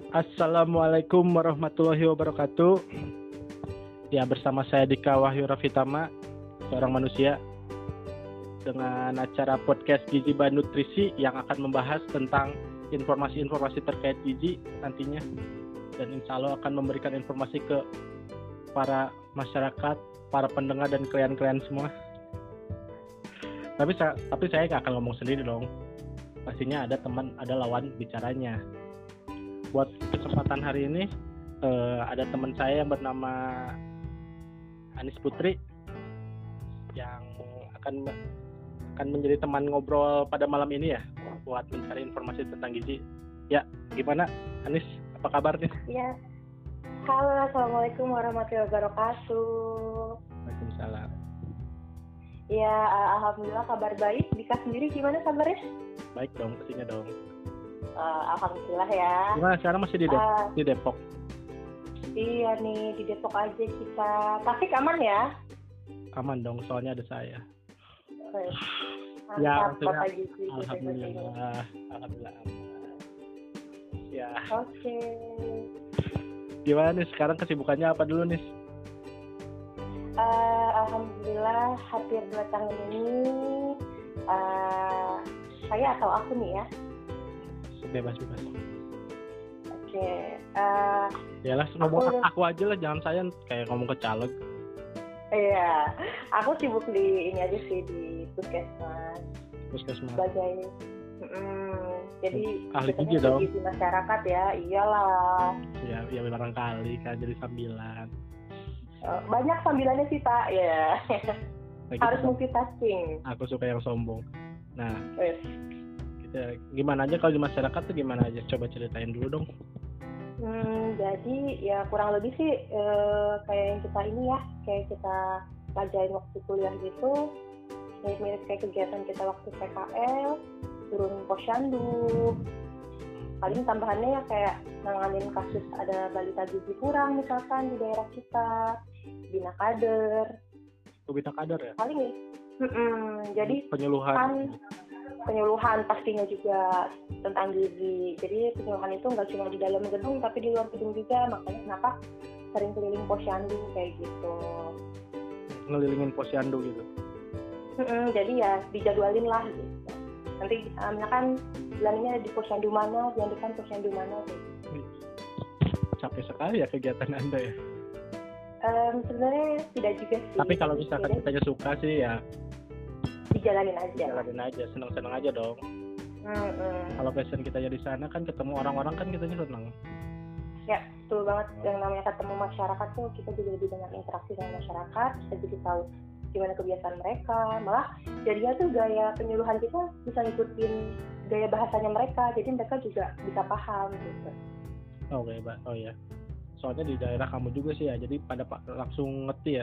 Assalamualaikum warahmatullahi wabarakatuh. Ya, bersama saya Dika Wahyu Rafitama, seorang manusia, dengan acara podcast Gizi by Nutrisi yang akan membahas tentang informasi-informasi terkait gizi nantinya, dan insya Allah akan memberikan informasi ke para masyarakat, para pendengar dan klien-klien semua. Tapi saya nggak akan ngomong sendiri dong. Pastinya ada teman, ada lawan bicaranya. Buat kesempatan hari ini ada teman saya yang bernama Anis Putri yang akan menjadi teman ngobrol pada malam ini ya, buat mencari informasi tentang gizi. Ya, gimana Anis? Apa kabar nih? Ya, halo, assalamualaikum warahmatullahi wabarakatuh. Waalaikumsalam. Ya, alhamdulillah kabar baik. Dika sendiri gimana kabarnya? Baik dong, pastinya dong. Alhamdulillah ya. Gimana sekarang masih di Depok? Iya nih, di Depok aja kita. Tasik aman ya? Aman dong, soalnya ada saya. Ya, alhamdulillah aman. Ya. Oke. Gimana nih sekarang kesibukannya apa dulu nih? Alhamdulillah hampir 2 tahun ini saya atau aku nih ya. Bebas. Oke. Ya lah, ngomong aku aja lah, jangan saya kayak ngomong ke caleg. Iya, aku sibuk di ini aja sih, di puskesmas. Sebagai jadi ahli gizi dong. Gizi masyarakat ya, iyalah. Ya barangkali kan jadi sambilan. Banyak sambilannya sih Pak, ya. Harus multitasking. Aku suka yang sombong. Nah, kita gimana aja kalau di masyarakat tuh gimana aja? Coba ceritain dulu dong. Jadi ya kurang lebih sih kayak yang kita ini ya, kayak kita pelajarin waktu kuliah gitu, mirip-mirip kayak kegiatan kita waktu PKL, turun posyandu. Paling tambahannya ya kayak nanganin kasus ada balita gizi kurang misalkan di daerah kita, bina kader. Bina kader ya? Paling ya. Jadi penyuluhan pastinya juga tentang gizi. Jadi penyuluhan itu nggak cuma di dalam gedung tapi di luar gedung juga. Makanya kenapa sering keliling posyandu kayak gitu. Ngelilingin posyandu gitu. Jadi ya dijadwalin lah gitu. Nanti misalkan bulan ini di posyandu mana, bulan depan posyandu mana gitu. Capek sekali ya kegiatan Anda ya. Sebenarnya tidak juga sih. Tapi kalau misalkan kita suka sih ya dijalanin aja, senang-senang aja dong. Kalau passion kita jadi sana kan ketemu orang-orang kan kita senang. Ya, betul banget. Yang namanya ketemu masyarakat tuh kita juga lebih banyak interaksi dengan masyarakat, kita jadi tahu gimana kebiasaan mereka. Malah jadinya tuh gaya penyuluhan kita bisa ngikutin gaya bahasanya mereka, jadi mereka juga bisa paham gitu. Oke, Mbak. Oh ya. Soalnya di daerah kamu juga sih ya, jadi pada langsung ngerti ya.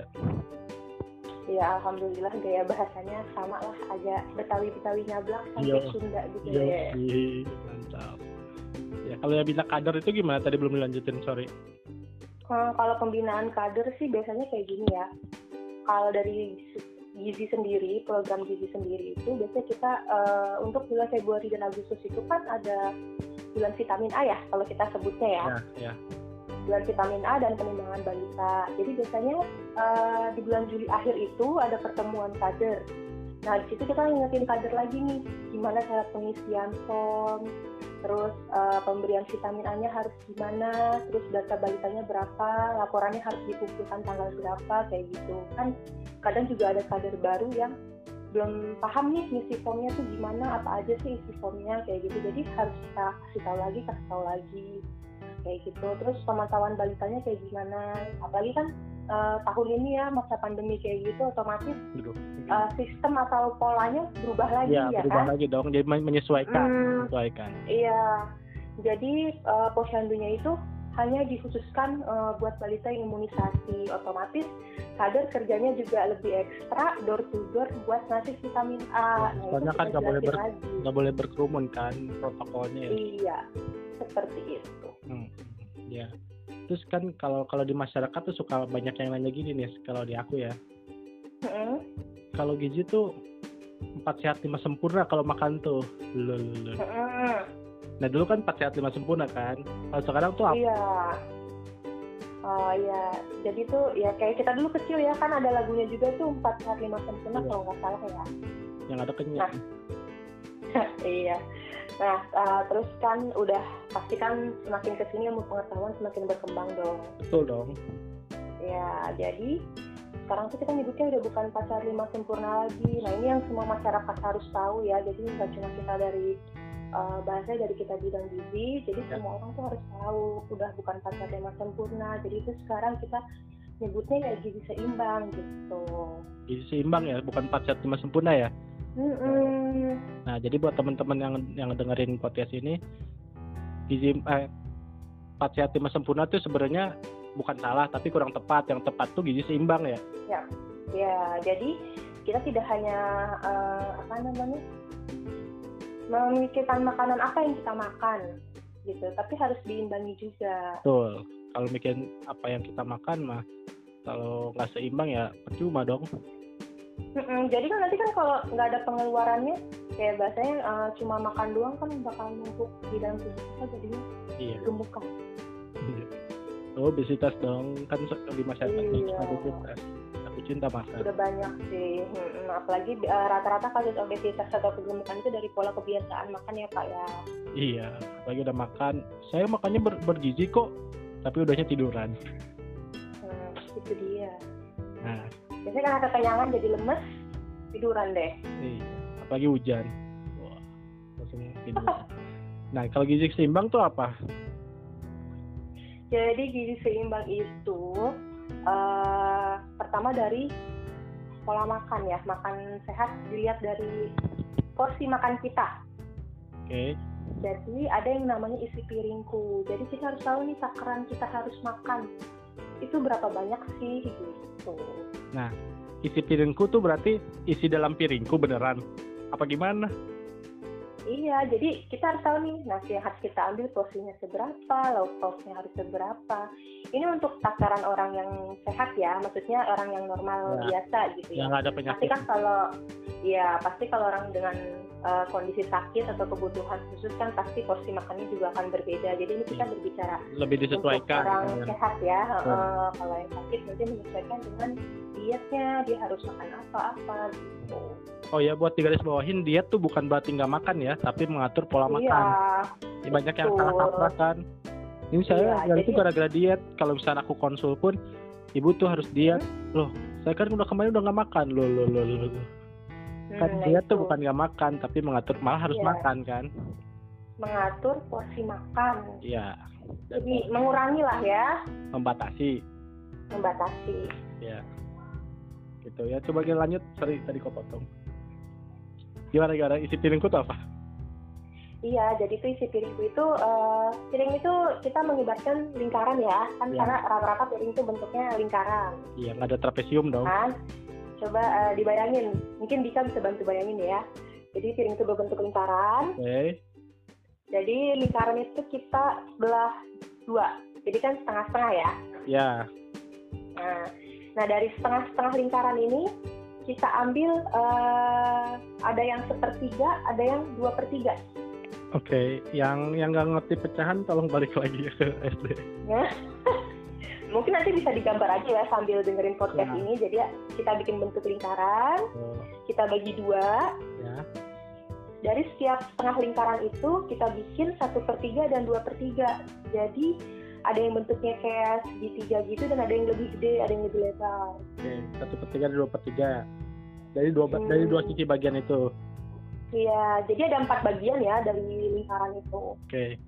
Ya, alhamdulillah gaya bahasanya sama lah, agak Betawi nyablak sampai Sunda gitu ya. Mantap. Ya, kalau yang bina kader itu gimana? Tadi belum dilanjutin, sorry. Kalau pembinaan kader sih biasanya kayak gini ya. Kalau dari gizi sendiri, program gizi sendiri itu biasanya kita untuk bulan Februari dan Agustus itu kan ada bulan vitamin A ya, kalau kita sebutnya ya. Bulan vitamin A dan penimbangan balita. Jadi biasanya di bulan Juli akhir itu ada pertemuan kader. Nah, di situ kita ngingetin kader lagi nih, gimana cara pengisian form, terus pemberian vitamin A-nya harus gimana, terus data balitanya berapa, laporannya harus dikumpulkan tanggal berapa, kayak gitu. Kan kadang juga ada kader baru yang belum paham nih ngisi formnya tuh gimana, apa aja sih isi formnya, kayak gitu. Jadi harus kita kasih tahu lagi. Kayak gitu. Terus pemantauan balitanya kayak gimana, apalagi kan tahun ini ya masa pandemi kayak gitu, otomatis sistem atau polanya berubah lagi ya berubah kan? lagi dong, jadi menyesuaikan. Iya, jadi posyandunya itu hanya dikhususkan buat balita yang imunisasi. Otomatis kader kerjanya juga lebih ekstra, door to door buat ngasih vitamin A. Soalnya kan nggak boleh berkerumun kan protokolnya. Iya, seperti itu. Ya. Terus kan kalau di masyarakat tuh suka banyak yang nanya gini nih, kalau di aku ya. Kalau gizi tuh 4 sehat 5 sempurna kalau makan tuh. Nah dulu kan 4 sehat 5 sempurna kan. Kalau sekarang tuh apa? Iya. Oh iya, jadi tuh ya kayak kita dulu kecil ya kan ada lagunya juga tuh 4 sehat 5 sempurna Iya. kalau nggak salah ya. Yang ada kenyang. Iya. Nah, terus kan udah pasti kan semakin kesini ilmu pengetahuan semakin berkembang dong. Betul dong. Ya, jadi sekarang tuh kita nyebutnya udah bukan 4 sehat 5 sempurna lagi. Nah ini yang semua masyarakat harus tahu ya. Jadi nggak cuma kita dari bahasanya dari kita bidang gizi, jadi semua orang tuh harus tahu udah bukan 4 sehat 5 sempurna. Jadi itu sekarang kita nyebutnya ya gizi seimbang gitu. Gizi seimbang ya, bukan 4 sehat 5 sempurna ya. Nah, jadi buat teman-teman yang dengerin podcast ini, gizi 4 sehat 5 sempurna tuh sebenarnya bukan salah, tapi kurang tepat. Yang tepat tuh gizi seimbang ya. Ya, jadi kita tidak hanya memikirkan makanan apa yang kita makan gitu, tapi harus diimbangi juga. Betul. Kalau mikirin apa yang kita makan mah kalau nggak seimbang ya percuma dong. Jadi kan nanti kan kalau nggak ada pengeluarannya, kayak biasanya cuma makan doang kan bakal numpuk di dalam tubuh kita jadinya gemukan. Obesitas dong, kan di masyarakat obesitas. Aku cinta makan. Udah banyak sih, apalagi rata-rata kasus obesitas atau kegemukan itu dari pola kebiasaan makan ya Pak ya. Iya, apalagi udah makan. Saya makannya bergizi kok, tapi udahnya tiduran. Itu dia. Nah, biasanya karena kekenyangan jadi lemes, tiduran deh. Iya, apalagi hujan. Wah, langsung tiduran. Nah, kalau gizi seimbang tuh apa? Jadi gizi seimbang itu pertama dari pola makan ya, makan sehat dilihat dari porsi makan kita. Oke. Jadi ada yang namanya isi piringku. Jadi kita harus tahu nih takaran kita harus makan itu berapa banyak sih gitu. Nah, isi piringku tuh berarti isi dalam piringku beneran? Apa gimana? Iya, jadi kita harus tahu nih nasi yang harus kita ambil porsinya seberapa, lauk pauknya harus seberapa. Ini untuk takaran orang yang sehat ya, maksudnya orang yang normal biasa gitu ya. Yang ada penyakit. Pasti kalau orang dengan kondisi sakit atau kebutuhan khusus kan pasti porsi makannya juga akan berbeda. Jadi ini kita berbicara lebih disesuaikan. Untuk orang sehat ya. Kalau yang sakit nanti menyesuaikan dengan dietnya, dia harus makan apa gitu. Oh ya, buat digaris bawahin, diet tuh bukan berarti nggak makan ya, tapi mengatur pola makan. Ini banyak yang salah kaprah kan. Ini saya itu gara-gara diet. Kalau misalnya aku konsul pun, ibu tuh harus diet. Loh, saya kan kemarin udah nggak makan. Loh. Kan diet tuh bukan nggak makan, tapi mengatur, malah harus makan kan. Mengatur porsi makan. Iya. Jadi mengurangi lah ya. Membatasi. Ya. Gitu ya. Coba kita lanjut. Sorry, tadi kau potong. Gimana isi piringku tuh apa? Iya, jadi tuh isi piringku itu piring itu kita mengibaratkan lingkaran ya, kan karena rata-rata piring itu bentuknya lingkaran. Iya, nggak ada trapesium dong. Kan? Coba dibayangin, mungkin Dika bisa bantu bayangin ya. Jadi piring itu berbentuk lingkaran. Oke. Jadi lingkaran itu kita belah dua, jadi kan setengah-setengah ya. Ya. Nah dari setengah-setengah lingkaran ini kita ambil ada yang 1/3, ada yang 2/3. Oke, yang nggak ngerti pecahan tolong balik lagi ke SD. Ya. Mungkin nanti bisa digambar aja ya sambil dengerin podcast ini. Jadi kita bikin bentuk lingkaran, kita bagi dua. Ya. Dari setiap setengah lingkaran itu kita bikin 1/3 dan 2/3. Jadi ada yang bentuknya kayak segitiga gitu dan ada yang lebih gede, ada yang lebih lebar. Oke, 1/3 dan 2/3. Dari dua sisi bagian itu. Iya, jadi ada 4 bagian ya dari lingkaran itu. Oke.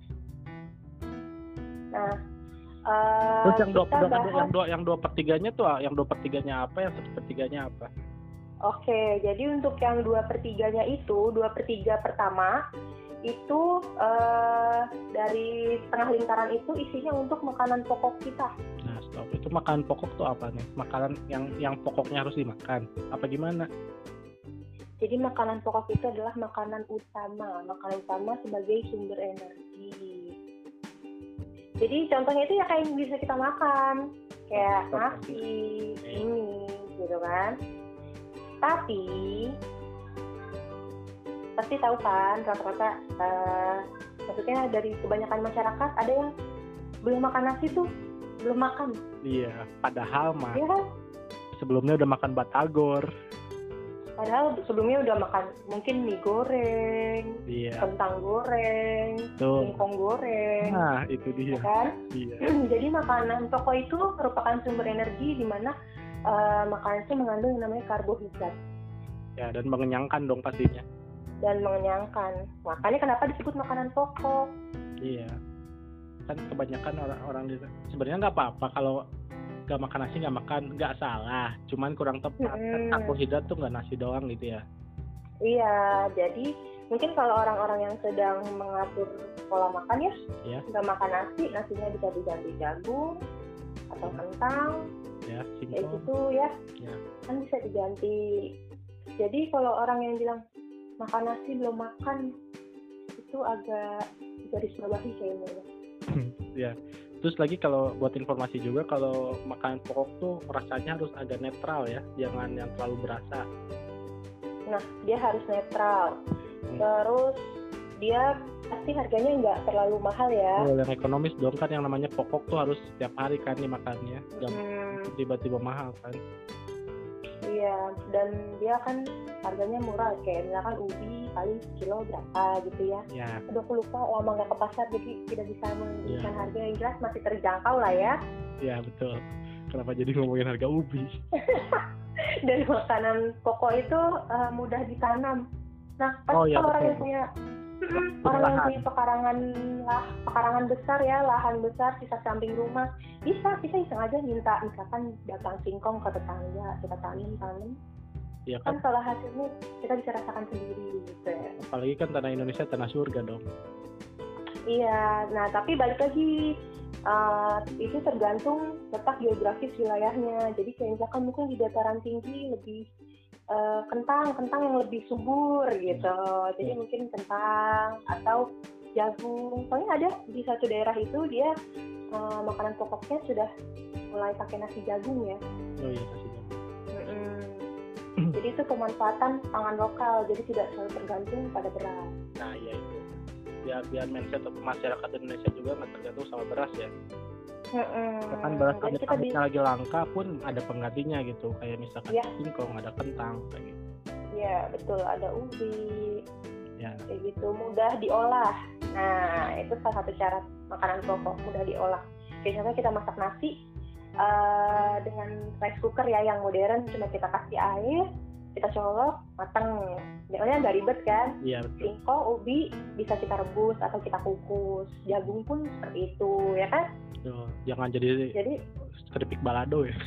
Nah, terus yang 2/3-nya tuh, yang 2/3-nya apa, yang 1/3-nya apa? Oke, jadi untuk yang 2/3-nya itu, 2/3 pertama itu dari setengah lingkaran itu isinya untuk makanan pokok kita. Nah, stop. Itu makanan pokok tuh apa nih? Makanan yang pokoknya harus dimakan. Apa gimana? Jadi makanan pokok itu adalah makanan utama sebagai sumber energi. Jadi contohnya itu ya kayak yang bisa kita makan, kayak nasi, ini, gitu kan. Tapi pasti tahu kan rata-rata Maksudnya dari kebanyakan masyarakat ada yang belum makan nasi tuh, belum makan. Iya, padahal mah Iya kan? sebelumnya udah makan batagor. Padahal sebelumnya udah makan mungkin mie goreng, Iya, kentang goreng, tuh. singkong goreng, Nah, itu dia. ya kan? Iya. Jadi makanan pokok itu merupakan sumber energi di mana makanan itu mengandung yang namanya karbohidrat Ya, dan mengenyangkan dong pastinya. dan mengenyangkan. Makanya kenapa disebut makanan pokok? Iya. Kan kebanyakan orang-orang sebenarnya nggak apa-apa kalau nggak makan nasi, nggak salah, cuman kurang tepat. Kan karbohidrat tuh nggak nasi doang gitu ya. Iya, jadi mungkin kalau orang-orang yang sedang mengatur pola makan Ya. nggak makan nasi, nasinya bisa diganti jagung atau kentang, Ya, kayak singkong. gitu ya, Ya. kan bisa diganti. Jadi kalau orang yang bilang makan nasi belum makan, itu agak garis bawahi kayaknya ya. Ya. Terus lagi kalau buat informasi juga, kalau makanan pokok tuh rasanya harus agak netral ya, jangan yang terlalu berasa. Nah, dia harus netral. Terus dia pasti harganya nggak terlalu mahal ya. Kalau yang ekonomis dong, kan yang namanya pokok tuh harus setiap hari kan dimakannya, nggak tiba-tiba mahal kan. Iya, dan dia kan harganya murah, kayak misalkan ubi kali kilo berapa gitu ya. Ya, Aduh, aku lupa, lama nggak ke pasar jadi tidak bisa memberikan harga yang jelas, masih terjangkau lah ya. ya betul. Kenapa jadi ngomongin harga ubi? Dan makanan pokok itu mudah ditanam. Nah, pas Oh, iya, kalau orang betul. yang punya Punya orang yang lahan. punya pekarangan besar ya, lahan besar sisa samping rumah, bisa iseng aja minta, misalkan datang singkong ke tetangga, kita tanam. Ya Kan kan, kalau hasilnya kita bisa rasakan sendiri gitu ya. apalagi kan tanah Indonesia tanah surga dong. Iya, nah tapi balik lagi, itu tergantung letak geografis wilayahnya. Jadi kayak misalkan mungkin di dataran tinggi lebih kentang yang lebih subur gitu. Jadi mungkin kentang atau jagung. Soalnya ada di satu daerah itu dia makanan pokoknya sudah mulai pakai nasi jagung ya. Oh iya, pastinya. Jadi itu pemanfaatan pangan lokal, jadi tidak selalu tergantung pada beras. Nah, iya itu. Biar mindset masyarakat Indonesia juga nggak tergantung sama beras ya. Kan beras Jadi kita amit-amitnya lagi langka pun ada penggantinya gitu, kayak misalkan Ya. singkong, ada kentang kayak gitu. ya betul, ada ubi, Ya. kayak gitu, mudah diolah. Nah, itu salah satu syarat makanan pokok, mudah diolah. Kayak contohnya kita masak nasi dengan rice cooker ya, yang modern, cuma kita kasih air, kita colok, mateng. Soalnya nggak ribet kan. Iya betul. Singkong, ubi bisa kita rebus atau kita kukus. Jagung pun seperti itu, ya kan? Tuh, jangan jadi keripik balado ya.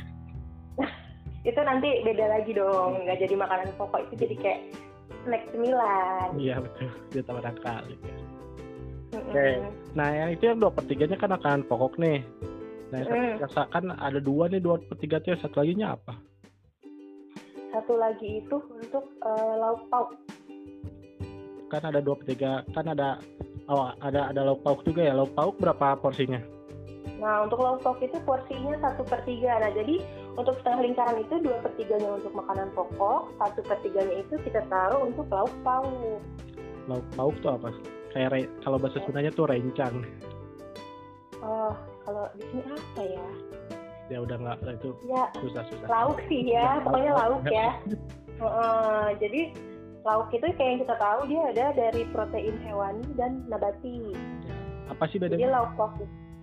Itu nanti beda lagi dong, nggak jadi makanan pokok, itu jadi kayak snack cemilan. Iya betul. Dia tambah kali. Oke. Nah, yang itu yang 2/3-nya kan makanan pokok nih. Nah, kan ada 2/3 tuh, satu lagi nya apa? Satu lagi itu untuk lauk pauk. Kan ada 2/3, kan ada lauk pauk juga ya. Lauk pauk berapa porsinya? Nah, untuk lauk pauk itu porsinya 1/3. Nah, jadi untuk setengah lingkaran itu 2/3-nya untuk makanan pokok, 1/3-nya itu kita taruh untuk lauk pauk. Lauk pauk tuh apa? Kayak kalau bahasa Sundanya tuh rencang. Oh, kalau di sini apa ya? Ya udah nggak, itu Ya, susah. lauk sih ya, pokoknya lauk ya. Jadi lauk itu kayak yang kita tahu dia ada dari protein hewani dan nabati. Apa sih Jadi bedanya? lauk pauk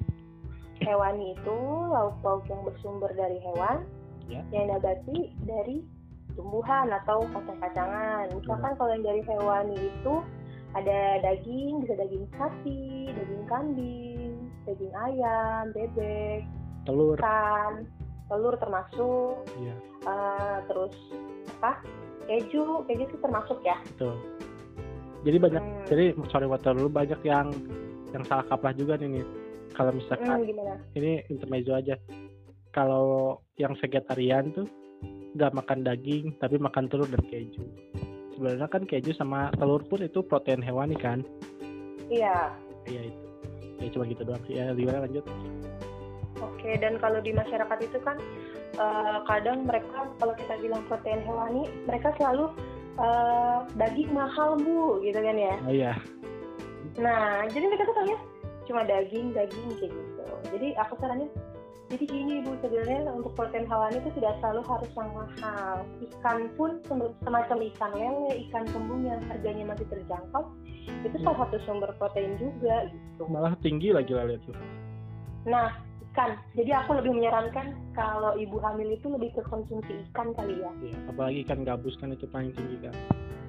hewani itu lauk pauk yang bersumber dari hewan, Ya. yang nabati dari tumbuhan atau kacang-kacangan. Misalkan kalau yang dari hewani itu ada daging, bisa daging sapi, daging kambing, daging ayam, bebek, Telur. ikan, telur termasuk, Iya, terus apa? Keju itu termasuk ya. betul. Jadi banyak, jadi sorry water dulu, banyak yang salah kaprah juga nih. Kalau misalkan Gimana? ini intermezzo aja. Kalau yang vegetarian tuh nggak makan daging tapi makan telur dan keju. Sebenarnya kan keju sama telur pun itu protein hewani kan? Iya. Iya itu. Ya cuma gitu doang sih. Ya gimana, lanjut. Oke, dan kalau di masyarakat itu kan kadang mereka kalau kita bilang protein hewani, mereka selalu daging mahal bu, gitu kan ya. Oh iya. Nah, jadi mereka tuh taunya cuma daging kayak gitu. Jadi aku saranin, jadi gini Bu, sebenarnya untuk protein hewani itu tidak selalu harus yang mahal. Ikan pun semacam ikan lele, ikan kembung yang harganya masih terjangkau, itu salah satu sumber protein juga gitu. Malah tinggi lagi lele tuh. Nah, ikan. Jadi aku lebih menyarankan kalau ibu hamil itu lebih ke konsumsi ikan kali ya. Iya, apalagi ikan gabus kan itu paling tinggi kan.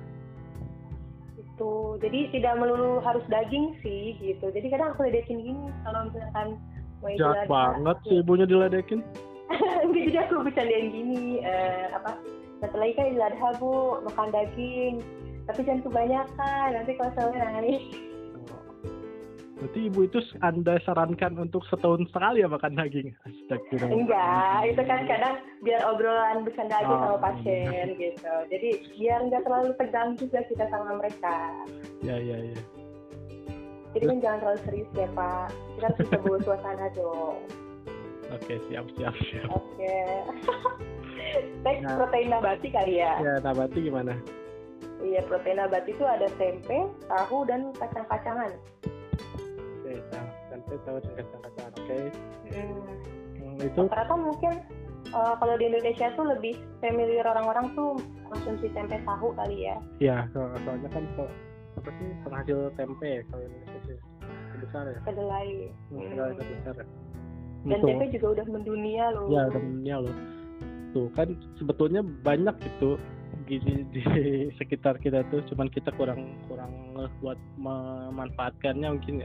Itu. Jadi tidak melulu harus daging sih gitu. Jadi kadang aku ledekin gini kalau misalkan Jahat banget sih ibunya diledekin. Jadi aku bercandain gini, setelah ikan Idul Adha Bu, makan daging, tapi jangan kebanyakan, nanti kalau soalnya nangis. Berarti ibu itu Anda sarankan untuk setahun sekali ya makan daging? Astagfirullah. Enggak, itu kan kadang biar obrolan bercanda aja sama pasien gitu. Jadi biar nggak terlalu tegang juga kita sama mereka. Ya. Jadi kan jangan terlalu serius ya Pak. Kita harus bisa bawa suasana dong. Oke, siap. Oke. Next, protein nabati kali ya. Ya, nabati gimana? Iya, protein nabati itu ada tempe, tahu, dan kacang-kacangan. Oke, tempe, tahu, dan kacang-kacangan. Oke. Itu Rata-rata mungkin kalau di Indonesia tuh lebih familiar orang-orang tuh konsumsi tempe tahu kali ya. Iya, soalnya kan apa sih penghasil tempe kalau Indonesia sih terbesar ya. Kedelai. Kedelai terbesar ya. Dan tempe juga udah mendunia loh. Ya, udah mendunia loh. Tuh kan sebetulnya banyak gitu gizi di sekitar kita tuh, cuman kita kurang buat memanfaatkannya mungkin ya.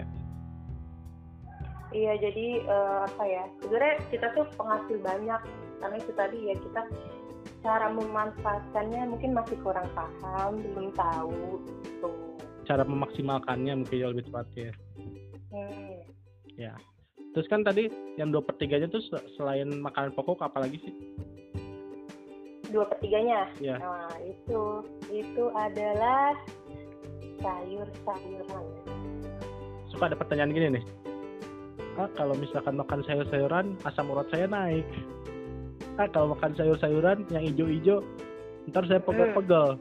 Iya, jadi sebenarnya kita tuh penghasil banyak, karena itu tadi ya, kita cara memanfaatkannya mungkin masih kurang paham, belum tahu gitu. Cara memaksimalkannya mungkin lebih tepatnya. Ya. Terus kan tadi yang 2/3-nya tuh selain makanan pokok apalagi sih? 2/3-nya? Ya. Nah, itu adalah sayur-sayuran. Suka ada pertanyaan gini nih. Kalau misalkan makan sayur-sayuran, asam urat saya naik. Kalau makan sayur-sayuran yang hijau-hijau, ntar saya pegel-pegel.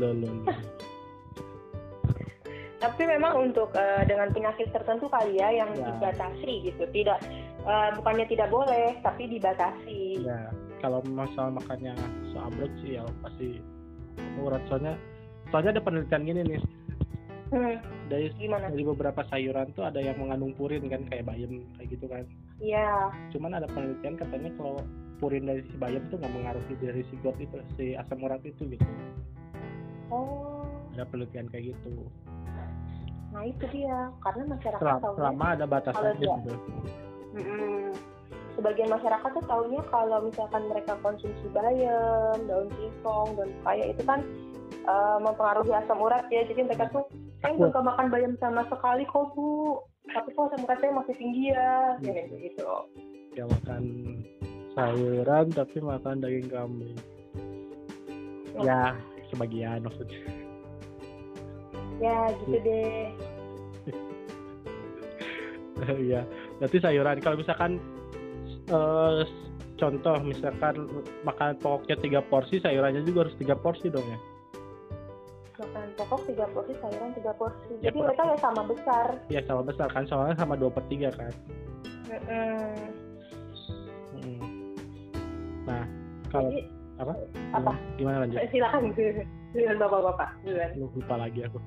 Tapi memang untuk dengan penyakit tertentu kali ya yang dibatasi gitu. Tidak, bukannya tidak boleh, tapi dibatasi. Ya, kalau masalah makannya seabrek sih ya pasti urat. Soalnya ada penelitian gini nih. Dari beberapa sayuran tuh ada yang mengandung purin kan, kayak bayam kayak gitu kan. Iya. Cuman ada penelitian katanya kalau purin dari si bayam tuh nggak mengaruhi dari si GOT itu, si asam urat itu gitu. Oh. Ada penelitian kayak gitu. Nah itu dia, karena masyarakat selama ada batasannya gitu. Sebagian masyarakat tuh taunya kalau misalkan mereka konsumsi bayam, daun singkong, daun pepaya itu kan mempengaruhi asam urat ya. Jadi mereka tuh, saya nggak makan bayam sama sekali kok Bu, tapi kok asam urat saya masih tinggi ya, gitu. Ya makan sayuran tapi makan daging kambing. Ya sebagian maksudnya. Ya gitu deh. Iya, berarti sayuran. Kalau misalkan contoh misalkan makanan pokoknya 3 porsi, sayurannya juga harus 3 porsi dong ya. Makanan pokok 3 porsi, sayuran 3 porsi. Jadi mereka ya sama besar. Iya sama besar kan, soalnya sama 2/3 kan. Nah, kalau jadi, apa? Gimana lanjut? Silakan Bapak-bapak. Lupa lagi aku.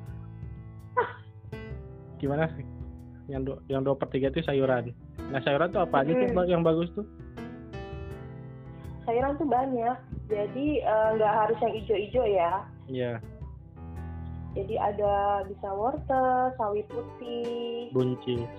Gimana sih? Yang 2/3 itu sayuran. Nah, sayuran tuh apa aja sih yang bagus tuh? Sayuran tuh banyak. Jadi nggak harus yang hijau-hijau ya. Iya. Jadi ada bisa wortel, sawi putih, buncis,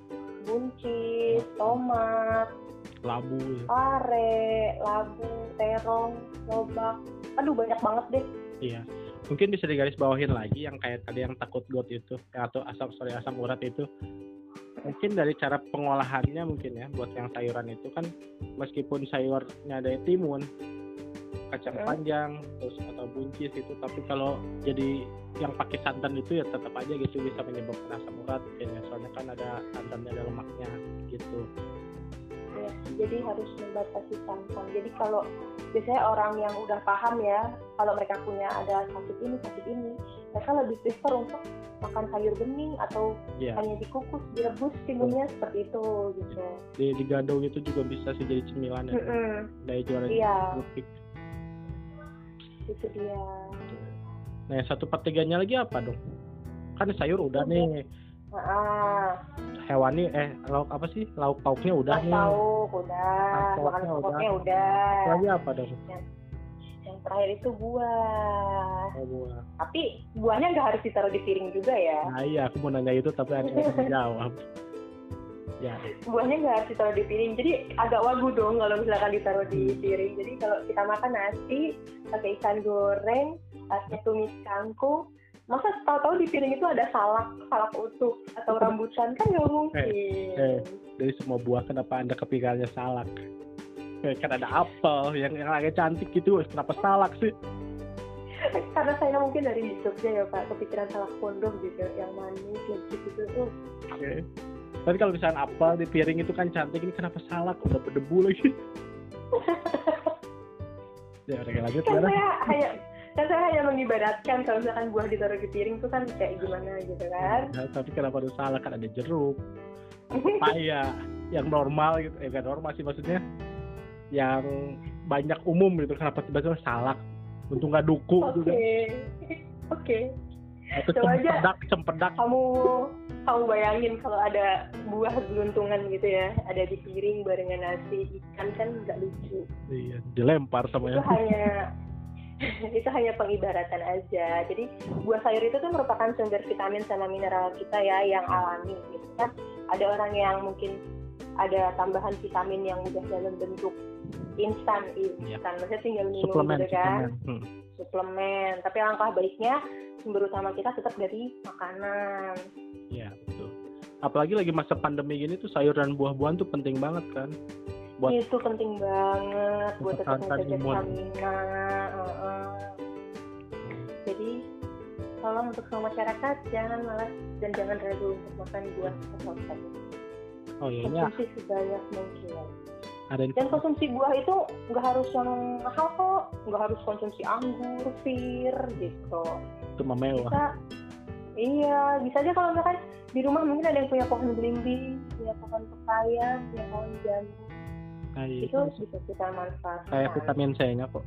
tomat, labu, pare, labu, terong, lobak. Aduh banyak banget deh. Iya. Mungkin bisa digaris bawahin lagi yang kayak tadi yang takut GOT itu atau asam urat itu. Mungkin dari cara pengolahannya mungkin ya, buat yang sayuran itu kan meskipun sayurnya ada timun, kacang panjang, terus atau buncis itu, tapi kalau jadi yang pakai santan itu ya tetap aja gitu bisa menyebabkan asam urat kayaknya, soalnya kan ada santannya, ada lemaknya gitu. Ya, jadi harus membatasi santan. Jadi kalau biasanya orang yang udah paham ya, kalau mereka punya ada sakit ini, mereka lebih prefer untuk makan makan sayur bening atau hanya dikukus, direbus timunnya seperti itu gitu. Digado gitu juga bisa sih jadi cemilan ya. Dari jualan kerupuk. Itu dia. Nah, 1/3-nya lagi apa dong? Kan sayur udah nih. Hewani lauk apa sih? Lauk pauknya udah nih. Lauk udah. Makanan pokoknya udah. Lagi apa dong? Yang terakhir itu buah. Buah. Tapi buahnya nggak harus ditaruh di piring juga ya. Nah iya, aku mau nanya itu tapi aku nggak jawab. Ya. Buahnya nggak harus ditaruh di piring. Jadi agak wagu dong kalau misalkan ditaruh di piring. Jadi kalau kita makan nasi pakai ikan goreng, pakai tumis kangkung, masa tahu-tahu di piring itu ada salak utuh atau rambutan, kan nggak mungkin. Dari semua buah kenapa Anda kepikirannya salak? Kan ada apel yang agak cantik gitu, kenapa salak sih? Karena saya mungkin dari Jogja ya Pak, kepikiran salak pondok gitu, yang manis gitu. Oke. Tapi kalau misalnya apel di piring itu kan cantik, ini kenapa salak? Udah berdebu lagi. Ya udah lanjut ya. Saya hanya mengibaratkan kalau misalkan buah ditaruh di piring itu kan kayak gimana gitu kan. Nah, tapi kenapa ada salak? Kan ada jeruk, papaya, yang normal gitu. Bukan normal sih maksudnya. Yang banyak umum gitu, kenapa tiba-tiba salak? Untung nggak duku juga. Oke. Atau cempedak. Kamu bayangin kalau ada buah geluntungan gitu ya, ada di piring barengan nasi ikan, kan nggak lucu. Iya, dilempar sama Itu hanya pengibaratan aja. Jadi buah sayur itu tuh merupakan sumber vitamin sama mineral kita ya, yang alami gitu kan. Ada orang yang mungkin ada tambahan vitamin yang udah dalam bentuk instan, maksudnya tinggal minum gitu kan, suplemen. Tapi alangkah baiknya sumber utama kita tetap dari makanan. Iya betul. Apalagi lagi masa pandemi gini tuh sayur dan buah-buahan tuh penting banget kan. Itu penting banget buat tetap menjaga stamina. Jadi tolong untuk semua masyarakat jangan malas dan jangan ragu untuk makan buah atau sayur. Konsumsi sebanyak mungkin. Dan konsumsi buah itu nggak harus yang mahal kok, nggak harus konsumsi anggur, pir gitu. Itu mewah. Bisa aja kalau misalkan di rumah mungkin ada yang punya pohon belimbing, punya pohon pepaya, punya pohon jambu. Itu bisa kita manfaatkan. Kayak vitamin C-nya kok.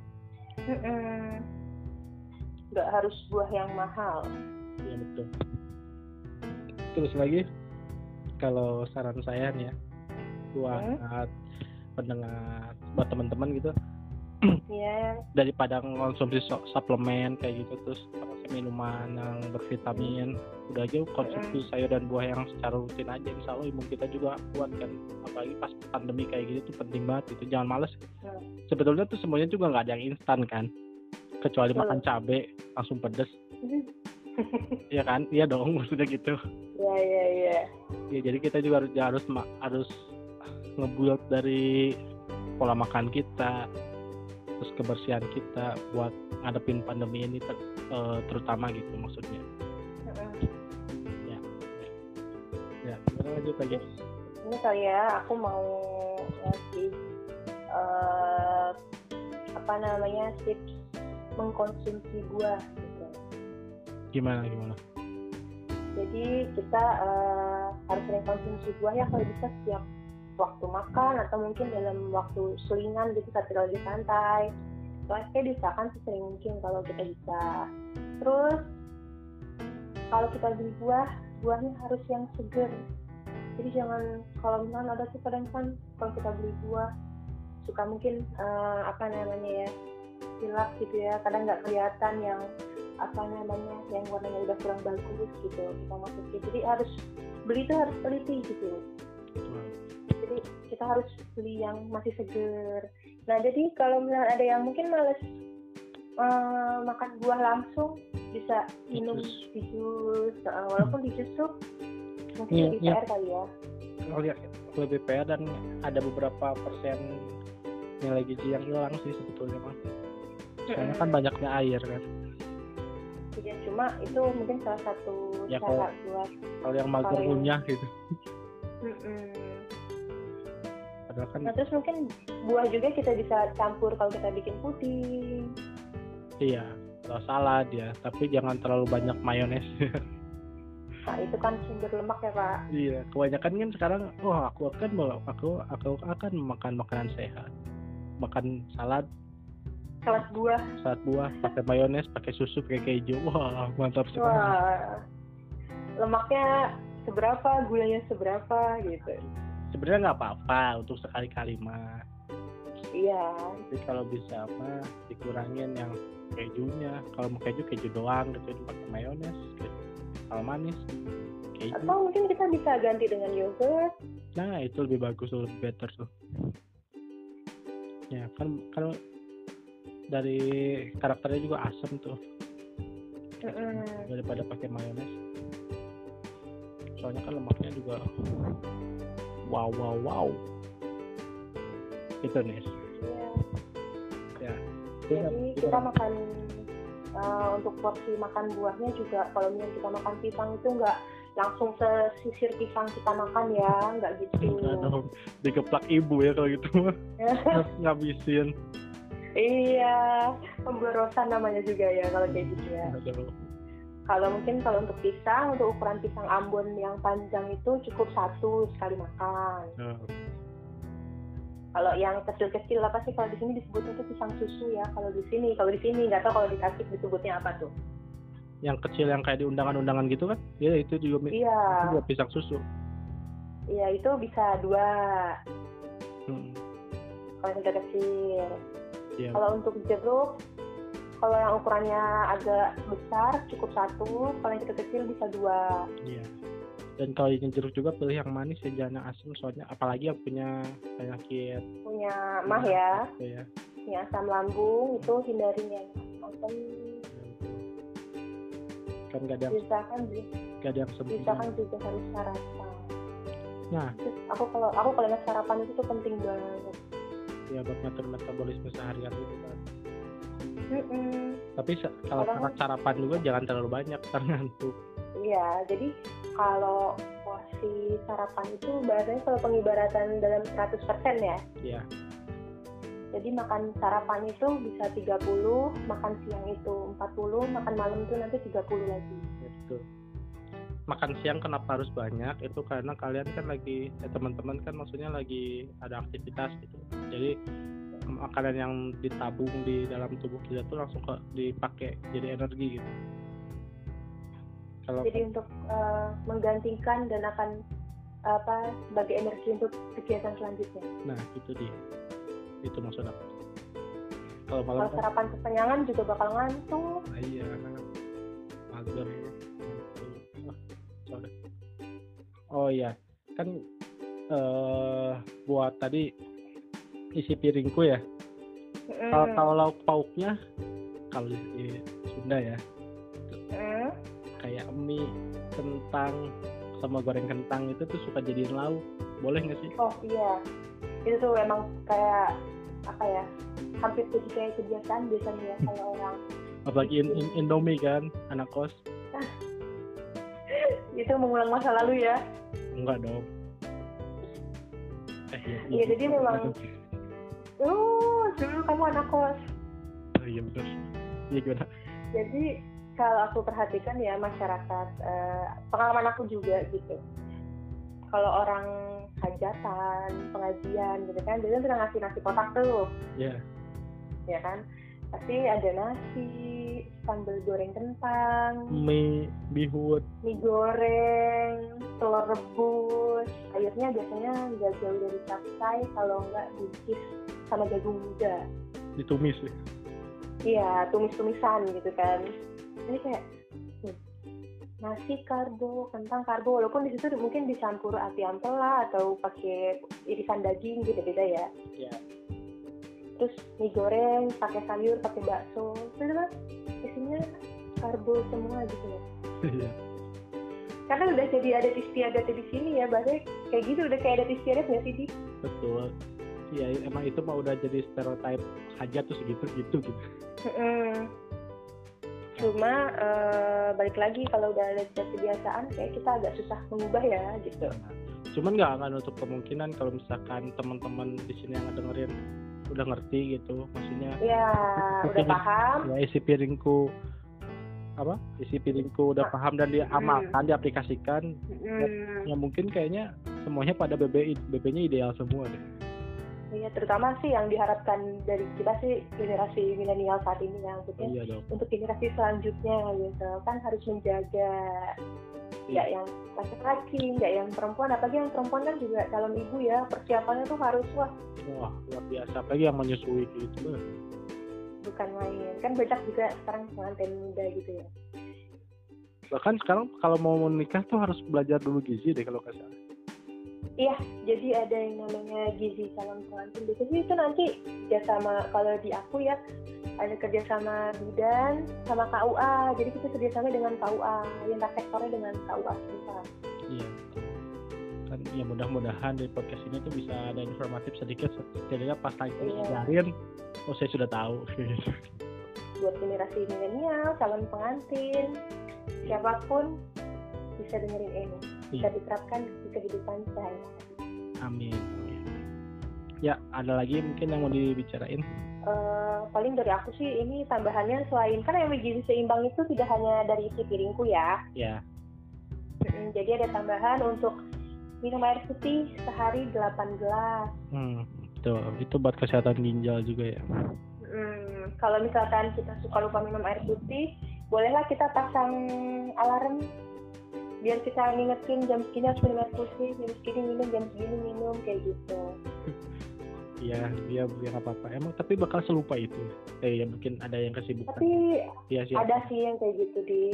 Nggak harus buah yang mahal. Iya betul. Terus lagi, kalau saran saya nih ya, buat pendengar, buat teman-teman gitu, daripada konsumsi suplemen kayak gitu terus minuman yang bervitamin, udah aja konsumsi sayur dan buah yang secara rutin aja, insya Allah imun kita juga kuat kan. Apalagi pas pandemi kayak gitu tuh penting banget gitu, jangan males. Sebetulnya tuh semuanya juga nggak ada yang instan kan, kecuali makan cabai langsung pedes. Iya kan, iya dong maksudnya gitu. Iya. Ya jadi kita juga harus ngebuild dari pola makan kita, terus kebersihan kita buat ngadepin pandemi ini terutama gitu maksudnya. Ya, lanjut lagi. Ini kali ya, aku mau ngasih tips mengkonsumsi buah gitu. Gimana? Jadi kita harus sering konsumsi buah ya, kalau bisa setiap waktu makan atau mungkin dalam waktu selingan gitu saat kita lagi santai. Soalnya diusahakan sesering mungkin kalau kita bisa. Terus kalau kita beli buahnya harus yang seger. Jadi jangan, kalau misalnya ada tuh kadang kan kalau kita beli buah suka mungkin hilap gitu ya, kadang nggak kelihatan yang yang warnanya udah kurang bagus gitu kita masukin. Jadi harus beli itu harus teliti gitu. Jadi kita harus beli yang masih seger. Nah jadi kalau misalnya ada yang mungkin males makan buah langsung, bisa minum di jus, walaupun di jus tuh mungkin lebih PR kali ya. Lebih PR dan ada beberapa persen nilai gizi yang hilang sih sebetulnya mah. Soalnya kan banyaknya air kan. Ya cuma itu mungkin salah satu cara buat kalau yang mager ngunyah gitu. Padahal kan. Nah terus mungkin buah juga kita bisa campur kalau kita bikin puding. Iya, kalau salad ya, tapi jangan terlalu banyak mayones. Nah, itu kan sumber lemak ya, Pak. Iya, kebanyakan kan sekarang, aku akan makan makanan sehat, makan salad Salad buah. pakai mayones, pakai susu, pakai keju. Wah, mantap sekali. Wah, lemaknya seberapa, gulanya seberapa gitu. Sebenarnya nggak apa-apa untuk sekali-kali mah. Iya. Jadi kalau bisa mah dikurangin yang kejunya. Kalau mau keju doang, gitu pakai mayones. Gitu. Kalau manis, keju. Atau mungkin kita bisa ganti dengan yogurt. Nah, itu lebih bagus, lebih better tuh. Ya kan kalau dari karakternya juga asam tuh. Daripada pakai mayones. Soalnya kan lemaknya juga wow. Itu nih. Iya. Ya. Jadi kita makan untuk porsi makan buahnya juga, kalau misalnya kita makan pisang itu nggak langsung sesisir pisang kita makan ya, nggak gitu. Nggak dong, digeplak ibu ya kalau gitu mah. Ngabisin. Iya, pemborosan namanya juga ya kalau kayak gitu ya. Kalau untuk pisang, untuk ukuran pisang Ambon yang panjang itu cukup 1 sekali makan. Kalau yang kecil-kecil apa sih kalau di sini disebutnya itu pisang susu ya. Kalau di sini nggak tahu kalau di Tasik disebutnya apa tuh. Yang kecil yang kayak di undangan-undangan gitu kan? Ya itu juga. Iya. Itu juga pisang susu. Iya, itu bisa 2. Kalau yang kecil. Yeah. Kalau untuk jeruk, kalau yang ukurannya agak besar cukup 1, kalau yang kecil bisa 2. Iya. Dan kalau ingin jeruk juga pilih yang manis ya, jangan yang asam, soalnya apalagi yang punya penyakit. Punya mah ya. Ya. Punya asam lambung itu hindarin yang asam. Kan gak ada yang sembuh. Kan juga harus sarapan. Nah, terus aku kalau ingat sarapan itu tuh penting banget. Ya buat ngatur metabolisme seharian itu kan. Tapi kalau sarapan juga jangan terlalu banyak karena ngantuk. Iya, jadi kalau porsi sarapan itu bahasanya kalau pengibaratan dalam 100% ya. Iya. Jadi makan sarapan itu bisa 30, makan siang itu 40, makan malam itu nanti 30 lagi. Betul. Makan siang kenapa harus banyak? Itu karena kalian kan lagi, teman-teman kan maksudnya lagi ada aktivitas gitu. Jadi makanan yang ditabung di dalam tubuh kita tuh langsung dipakai jadi energi gitu. Jadi untuk menggantikan dan akan sebagai energi untuk kegiatan selanjutnya. Nah itu dia, itu maksud aku. Kalau sarapan kekenyangan juga bakal ngantuk. Iya, mager. Oh iya, kan buat tadi isi piringku ya. Kalau lauk pauknya, kalau di Sunda ya, kayak mie, kentang, sama goreng kentang itu tuh suka jadiin lauk. Boleh nggak sih? Oh iya, itu tuh emang kayak hampir jadi kayak kebiasaan biasanya ya kalau orang. Apalagi Indomie kan, anak kos. Itu mengulang masa lalu ya? Enggak dong. Iya, jadi memang. Dulu kamu anak kos. Oh iya betul. Iya gimana? Jadi kalau aku perhatikan ya masyarakat, pengalaman aku juga gitu. Kalau orang hajatan, pengajian gitu kan, biasanya sudah ngasih nasi kotak tuh. Iya. Ya kan? Pasti ada nasi, sambal goreng kentang, mie bihut, mie goreng, telur rebus, sayurnya biasanya nggak jauh dari capcay, kalau nggak buncis sama jagung muda. Ditumis ya? Iya, tumis-tumisan gitu kan. Jadi kayak nasi karbo, kentang karbo, walaupun di situ mungkin dicampur ati ampela atau pakai irisan daging beda-beda ya. Iya. Terus mie goreng, pakai sayur, pakai bakso, itu kan isinya karbo semua gitu ya. Iya. Karena udah jadi adat istiadat di sini ya, bahkan kayak gitu udah kayak adat istiadat nggak sih, Di? Betul. Iya, emang itu mah udah jadi stereotip hajat tuh segitu gitu. Cuma balik lagi kalau udah ada kebiasaan kayak kita agak susah mengubah ya gitu. Cuman nggak akan untuk kemungkinan kalau misalkan teman-teman di sini yang ngedengerin udah ngerti gitu, maksudnya. Ya, udah paham. Ya isi piringku isi piringku udah paham dan diamalkan, diaplikasikan, ya mungkin kayaknya semuanya pada BB-nya ideal semua deh. Iya, terutama sih yang diharapkan dari kita sih generasi milenial saat ini ya, untuk generasi selanjutnya gitu kan harus menjaga nggak yang laki-laki, nggak yang perempuan, apalagi yang perempuan kan juga calon ibu ya, persiapannya tuh harus wah luar biasa, apalagi yang menyusui gitu. Bukan main, kan banyak juga sekarang pengantin muda gitu ya. Bahkan sekarang kalau mau menikah tuh harus belajar dulu gizi deh kalau nggak salah. Iya, jadi ada yang namanya gizi calon pengantin. Biasanya itu nanti kerjasama, kalau di aku ya ada kerjasama bidan sama KUA. Jadi kita kerjasama dengan KUA, lintas sektornya dengan KUA setempat. Iya. Kan ya mudah-mudahan di podcast ini tuh bisa ada informatif sedikit, setidaknya pas lagi ngajarin, saya sudah tahu. Buat generasi milenial, calon pengantin, siapapun bisa dengerin ini. Bisa diterapkan di kehidupan saya. Amin. Ya, ada lagi mungkin yang mau dibicarain? Paling dari aku sih ini tambahannya, selain kan yang gizi seimbang itu tidak hanya dari isi piringku ya. Ya. Jadi ada tambahan untuk minum air putih sehari 8 gelas. Itu buat kesehatan ginjal juga ya. Kalau misalkan kita suka lupa minum air putih, bolehlah kita pasang alarm biar kita ngingetin jam segini harus minum air putih, jam segini minum, jam segini minum, kayak gitu. Iya, dia biar apa-apa. Emang tapi bakal selupa itu. Ya mungkin ada yang kesibukan. Tapi ya, ada sih yang kayak gitu di.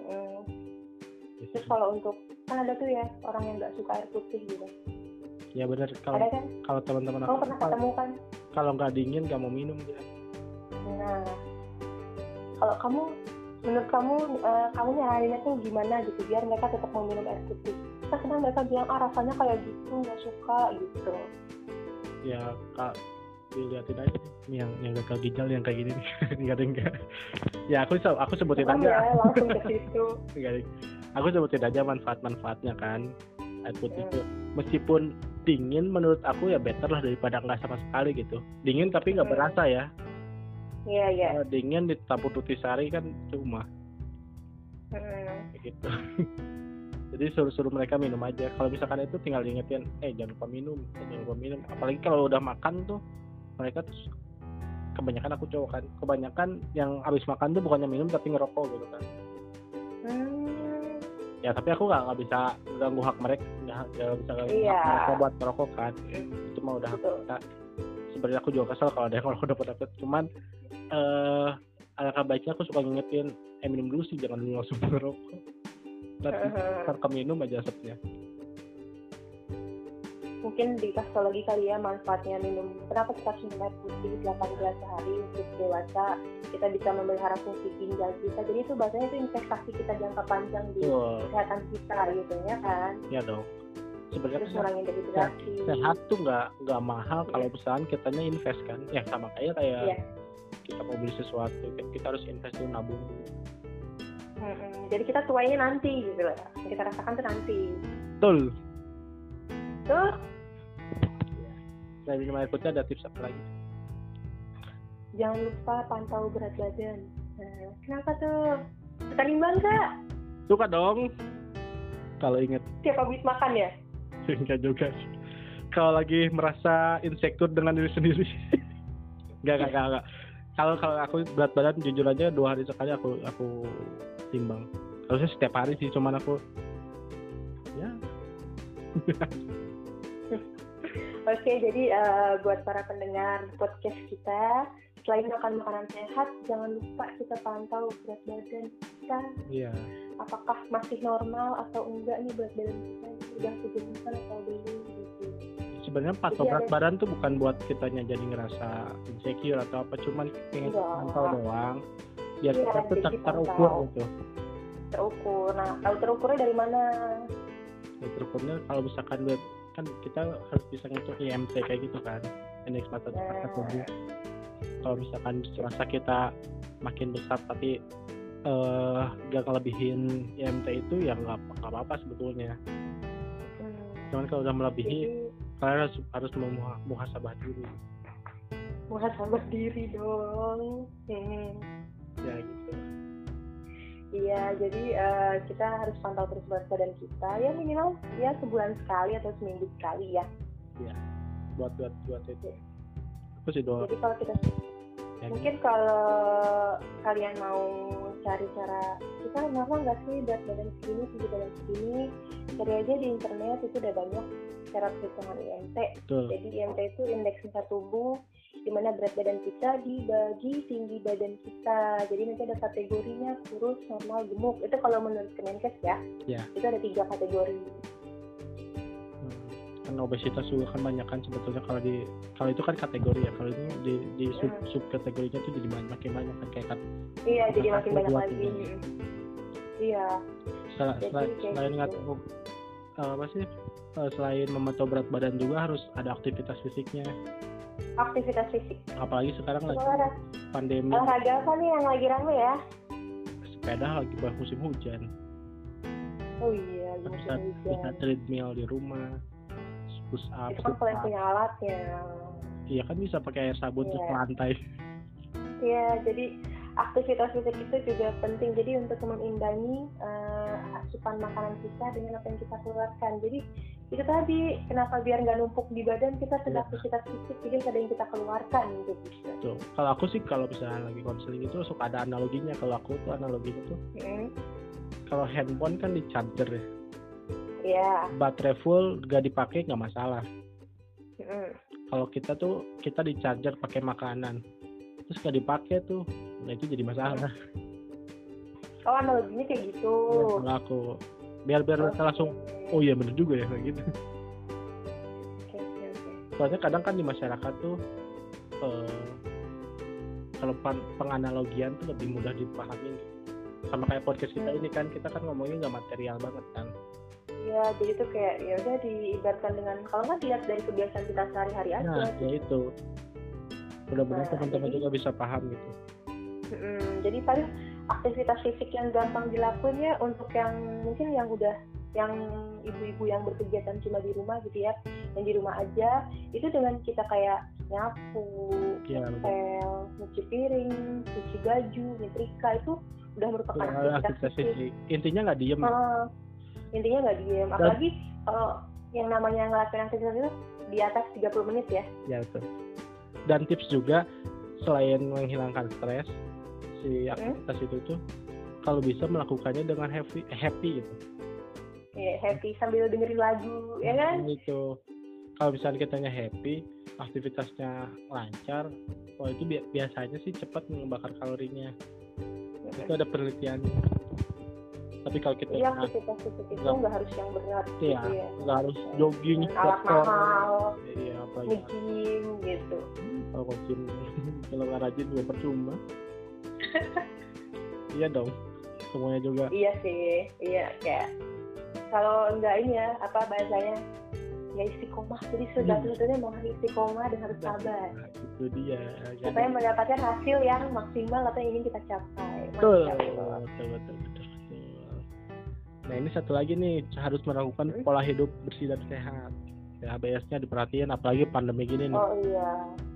Terus kalau untuk kan ada tuh ya orang yang nggak suka air putih gitu. Ya benar, kalau teman-teman aku pernah ketemu kan. Kalau nggak dingin nggak mau minum dia. Nah, kalau menurut kamu nyaraninnya tuh gimana gitu biar mereka tetap mau minum air putih? Kita senang mereka bilang rasanya kayak gitu, nggak suka gitu. Ya kak, dilihatin aja nih yang gagal ginjal yang kayak gini nih. enggak. Ya aku sebutin aja. Ya, langsung ke situ. Aku sebutin aja manfaat-manfaatnya kan. Air putih itu meskipun dingin menurut aku ya better lah daripada nggak sama sekali gitu. Dingin tapi nggak berasa ya. Iya. Kalau dingin ditabur Nutrisari kan cuma. Gitu. Jadi suruh mereka minum aja. Kalau misalkan itu tinggal diingetin, jangan lupa minum. Apalagi kalau udah makan tuh mereka tuh kebanyakan aku cowok kan. Kebanyakan yang habis makan tuh bukannya minum tapi ngerokok gitu kan. Ya tapi aku nggak bisa ganggu hak mereka, nggak bisa ganggu hak mereka buat ngerokok kan. Itu mah udah hak mereka. Sebenarnya aku juga kesel kalau ada yang ngerokok dapat. Cuman alangkah baiknya aku suka ngingetin, minum dulu sih, jangan dulu langsung ngerokok. Ntar minum aja asapnya. Mungkin dikasih lagi kali ya manfaatnya minum. Kenapa kita harus minum air putih 8 gelas sehari untuk dewasa? Kita bisa memelihara fungsi ginjal kita. Jadi itu bahasanya itu investasi kita jangka panjang di kesehatan kita gitu ya kan? Iya dong. Sebenarnya terus ngurangin dehidrasi. Sehat tuh nggak mahal kalau misalkan kitanya invest kan. Ya sama kayak kita mau beli sesuatu, kita harus invest dulu, nabung dulu. Jadi kita tuainya nanti gitu lah. Yang kita rasakan tuh nanti. Betul. Tuh. Selain minum air putih ada tips apa lagi? Jangan lupa pantau berat badan. Kenapa tuh? Suka nimbang Kak? Suka dong. Kalau inget. Tiap habis makan ya? Enggak juga. Kalau lagi merasa insecure dengan diri sendiri. Enggak. Kalau aku berat badan jujur aja 2 hari sekali aku timbang. Harusnya setiap hari sih, cuman aku ya. Oke, jadi buat para pendengar podcast kita, selain makan makanan sehat, jangan lupa kita pantau berat badan kita. Iya. Apakah masih normal atau enggak nih berat badan kita, udah kejenuhan atau belum gitu. Sebenarnya pantau berat badan tuh bukan buat kitanya jadi ngerasa insecure atau apa, cuman pengen pantau doang. Biar kita tuh terukur gitu. Terukur. Nah, kalau terukurnya dari mana? Ya, terukurnya kalau misalkan kan kita harus bisa ngitung IMT kayak gitu kan, indeks massa tubuh. Kalau misalkan rasa kita makin besar tapi gak ngelebihin IMT itu ya nggak apa-apa sebetulnya. Cuman kalau udah melebihi, kalian harus muhasabah diri. Muhasabah diri dong. Ya gitu. Iya, jadi kita harus pantau terus berat badan kita ya minimal ya sebulan sekali atau seminggu sekali ya. Iya, buat itu. Aku sih doang. Jadi kalau kita mungkin kalau kalian mau cari cara kita normal nggak sih berat badan segini, tinggi badan segini, cari aja di internet, itu udah banyak cara perhitungan IMT. Betul. Jadi IMT itu indeks massa tubuh, di mana berat badan kita dibagi tinggi badan kita. Jadi nanti ada kategorinya kurus, normal, gemuk. Itu kalau menurut Kemenkes ya. Ya. Itu ada 3 kategori. Kan obesitas juga kan banyak kan sebetulnya kalau itu kan kategori ya, kalau ini di sub kategorinya tuh jadi makin banyak kan kayak kan. Iya, jadi makin banyak lagi. Iya. Selain ngatur apa sih? Selain memantau berat badan juga harus ada aktivitas fisiknya. Aktivitas fisik. Apalagi sekarang lagi pandemi. Olahraga apa nih yang lagi rame ya? Sepeda lagi musim hujan. Oh iya, musim hujan. Bisa treadmill di rumah. Push up. Itu kan kalian punya alatnya. Iya kan bisa pakai air sabun terus lantai. Iya, jadi aktivitas fisik itu juga penting. Jadi untuk mengimbangi asupan makanan kita dengan apa yang kita keluarkan. Jadi itu tadi kenapa biar nggak numpuk di badan, kita sudah aktivitas fisik, jadi ada yang kita keluarkan gitu. Tuh, kalau aku sih kalau misalnya lagi konseling itu suka ada analoginya. Kalau aku tuh analoginya tuh kalau handphone kan di charger ya. Iya. Baterai full gak dipakai nggak masalah. Kalau kita di charger pakai makanan, terus gak dipakai tuh, nah itu jadi masalah. Oh, analoginya kayak gitu. Ya, kalau aku biar langsung, oh iya bener juga ya kayak gitu. Okay. Soalnya kadang kan di masyarakat tuh kalau penganalogian tuh lebih mudah dipahami. Sama kayak podcast kita ini kan, kita kan ngomongnya nggak material banget kan. Iya, jadi tuh kayak ya udah diibaratkan dengan kalau nggak dilihat dari kebiasaan kita sehari-hari aja. Nah, ya itu. Mudah-mudahan teman-teman juga bisa paham gitu. Jadi paling aktivitas fisik yang gampang dilakuin ya untuk yang mungkin yang ibu-ibu yang berkegiatan cuma di rumah gitu ya, yang di rumah aja, itu dengan kita kayak nyapu, ngepel, nyuci piring, cuci baju, nyetrika, itu udah merupakan aktivitas fisik. Intinya nggak diem. Intinya nggak diem, apalagi kalau yang namanya ngelakuin aktivitas itu di atas 30 menit ya. Ya betul. Dan tips juga selain menghilangkan stres, si aktivitas itu tuh kalau bisa melakukannya dengan happy gitu. Iya, happy sambil dengerin lagu, ya kan? Itu. Kalau misalnya kitanya happy, aktivitasnya lancar, itu biasanya sih cepat membakar kalorinya. Itu ada penelitiannya. Tapi kalau kita aktivitas fisik itu nggak harus yang berat gitu ya. Nggak harus jogging, alat mahal, nge-gym gitu. Kalau nge-gym, kalau nggak rajin juga percuma. Iya dong, semuanya juga. Iya sih, iya kayak kalau nggak ini ya, apa bahasanya, ya istiqomah. Jadi sebetulnya mau istiqomah dan harus sabar. Itu dia. Supaya mendapatkan hasil yang maksimal atau yang ingin kita capai. Betul. Nah ini satu lagi nih, harus melakukan pola hidup bersih dan sehat. PHBS-nya diperhatiin, apalagi pandemi gini nih. Oh iya.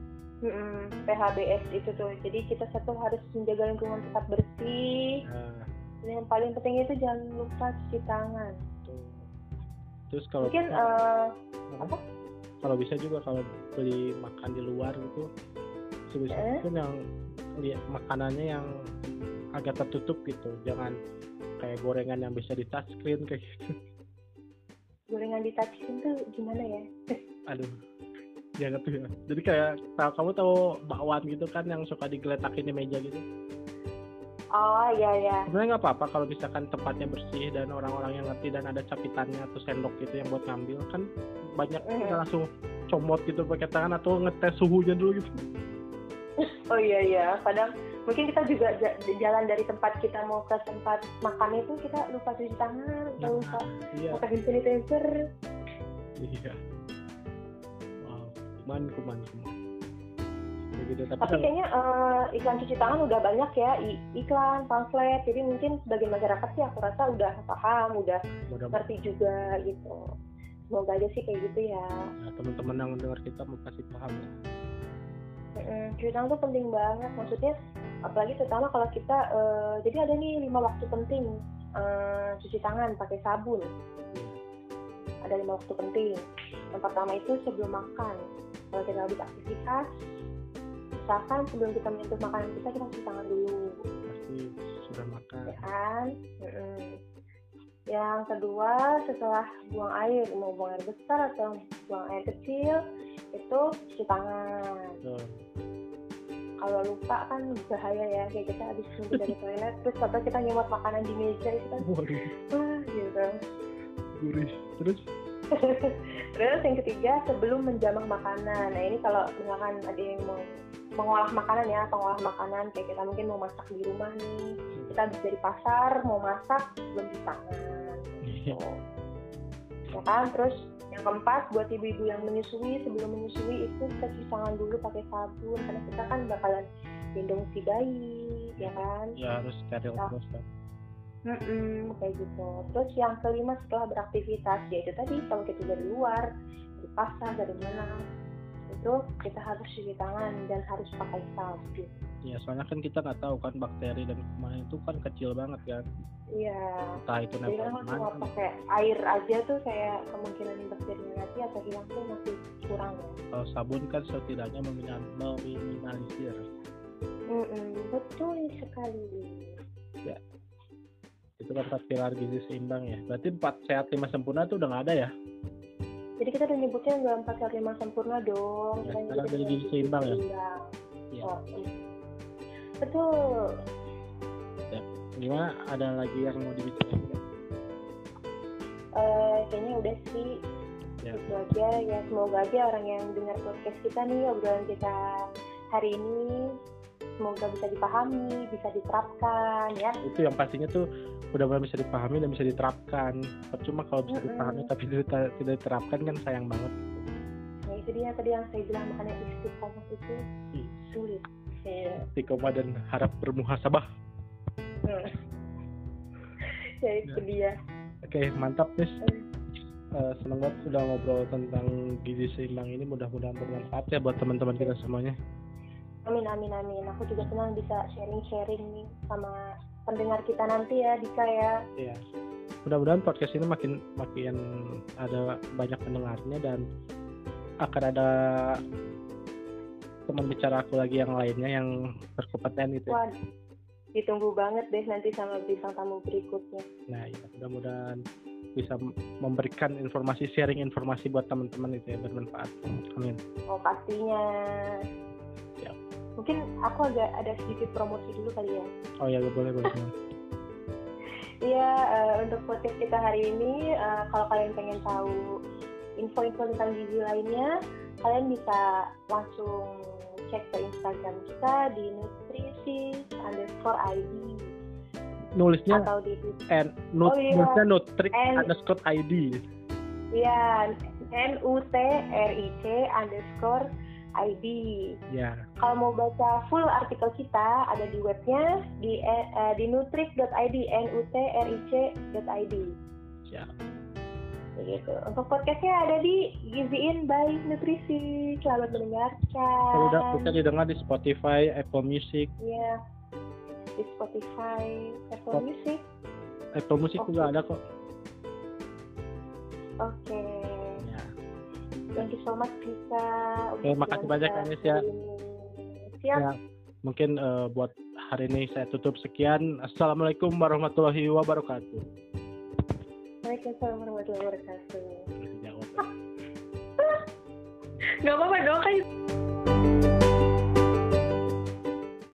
PHBS itu tuh, jadi kita satu harus menjaga lingkungan tetap bersih. Dan yang paling penting itu jangan lupa cuci tangan. Terus kalau mungkin apa? Kalau bisa juga kalau beli makan di luar gitu, sebisa mungkin yang makanannya yang agak tertutup gitu, jangan kayak gorengan yang bisa di touchscreen kayak gitu. Gorengan di touchscreen tuh gimana ya? Aduh, jangan tuh ya. Jadi kayak kamu tahu bakwan gitu kan yang suka digeletakin di meja gitu. Oh iya. Sebenarnya nggak apa-apa kalau misalkan tempatnya bersih dan orang-orang yang ngerti dan ada capitannya atau sendok gitu yang buat ngambil, kan banyak kita langsung comot gitu pakai tangan atau ngetes suhunya dulu gitu. Oh iya. Padahal mungkin kita juga jalan dari tempat kita mau ke tempat makan itu kita lupa cuci tangan, lupa pakai hand sanitizer. Iya. Wow, kuman. Gitu. Tapi kayaknya iklan cuci tangan udah banyak ya, iklan, pamflet. Jadi mungkin sebagian masyarakat sih aku rasa udah paham, udah ngerti juga gitu. Semoga aja sih kayak gitu ya. Teman-teman yang dengar kita pasti paham. Cuci tangan tuh penting banget, maksudnya apalagi terutama kalau kita jadi ada nih 5 waktu penting cuci tangan pakai sabun. Ada 5 waktu penting. Yang pertama itu sebelum makan. Kalau kita habis aktivitas, misalkan sebelum kita menyentuh makanan kita cuci tangan dulu. Pasti sudah makan. Ya kan? Yang kedua, setelah buang air, mau buang air besar atau buang air kecil, itu cuci tangan. Kalau lupa kan bahaya ya, kayak kita habis keluar dari toilet, terus atau kita nyemot makanan di meja itu kan, gitu. Gurih. Terus yang ketiga, sebelum menjamah makanan. Nah ini kalau misalkan ada yang mau mengolah makanan ya, pengolah makanan kayak kita mungkin mau masak di rumah nih, kita habis dari pasar mau masak belum cuci tangan. Gitu. Ya kan, terus yang keempat buat ibu-ibu yang menyusui, sebelum menyusui itu kita cuci tangan dulu pakai sabun karena kita kan bakalan gendong si bayi, ya kan? Ya harus steril terus kan. Kayak gitu. Terus yang kelima setelah beraktivitas, yaitu tadi kalau kita dari luar, dari pasar, dari mana, itu kita harus cuci tangan dan harus pakai sabun. Ya soalnya kan kita nggak tahu kan bakteri dan kuman itu kan kecil banget kan. Iya. Entah itu nempel Jadi mana. kalau pakai air aja tuh kayak kemungkinan bakterinya mati atau hilang tuh masih kurang ya. Kalau sabun kan setidaknya meminimalisir. Betul sekali. Ya. Itu kan 4 pilar gizi seimbang ya. Berarti 4 sehat 5 sempurna tuh udah nggak ada ya? Jadi kita udah nyebutnya nggak 4 sehat 5 sempurna dong. Ya, sekarang jadi gizi seimbang ya? Iya. Betul. Ya. Gimana? Ada lagi yang mau dibicarakan? Kayaknya udah sih. Ya. Itu aja ya. Semoga aja orang yang dengar podcast kita nih, obrolan kita hari ini, semoga bisa dipahami, bisa diterapkan ya. Itu yang pastinya tuh benar-benar bisa dipahami dan bisa diterapkan. Percuma kalau bisa dipahami tapi tidak diterapkan kan sayang banget. Ya itu dia tadi yang saya bilang, makanya istiqomah itu sulit. Istiqomah dan harap bermuhasabah. Ya itu dia. Oke, mantap nih. Senang banget sudah ngobrol tentang gizi seimbang ini, mudah-mudahan bermanfaat ya buat teman-teman kita semuanya. Amin. Aku juga senang bisa sharing nih sama pendengar kita nanti ya, Dika ya. Iya. Mudah-mudahan podcast ini makin ada banyak pendengarnya dan akan ada teman bicara aku lagi yang lainnya yang berkompeten gitu. Wah, ditunggu banget deh nanti sama bintang tamu berikutnya. Nah, ya, mudah-mudahan bisa memberikan sharing informasi buat teman-teman itu yang bermanfaat. Amin. Oh, pastinya. Siap. Mungkin aku agak ada sedikit promosi dulu kali ya. Oh ya, boleh. Iya, untuk podcast kita hari ini, kalau kalian pengen tahu info-info tentang gizi lainnya, kalian bisa langsung cek ke Instagram kita di nutrisi_id. Nulisnya atau di nulisnya nutric_id. Iya, NUTRIC_ID. Ya. Kalau mau baca full artikel kita ada di webnya di nutric.id, nutric.id. Ya. Begitu. Untuk podcastnya ada di Giziin by Nutrisi. Selamat mendengarkan. Udah bisa didengar di Spotify, Apple Music. Iya. Di Spotify, Apple Music. Apple Music juga ada kok. Oke. Ya. Thank you so much Lisa. Oke, makasih banyak Anis ya. Siap. Ya. Mungkin buat hari ini saya tutup sekian. Assalamualaikum warahmatullahi wabarakatuh. Waalaikumsalam warahmatullahi wabarakatuh. Jawab. Gak apa-apa dong kan.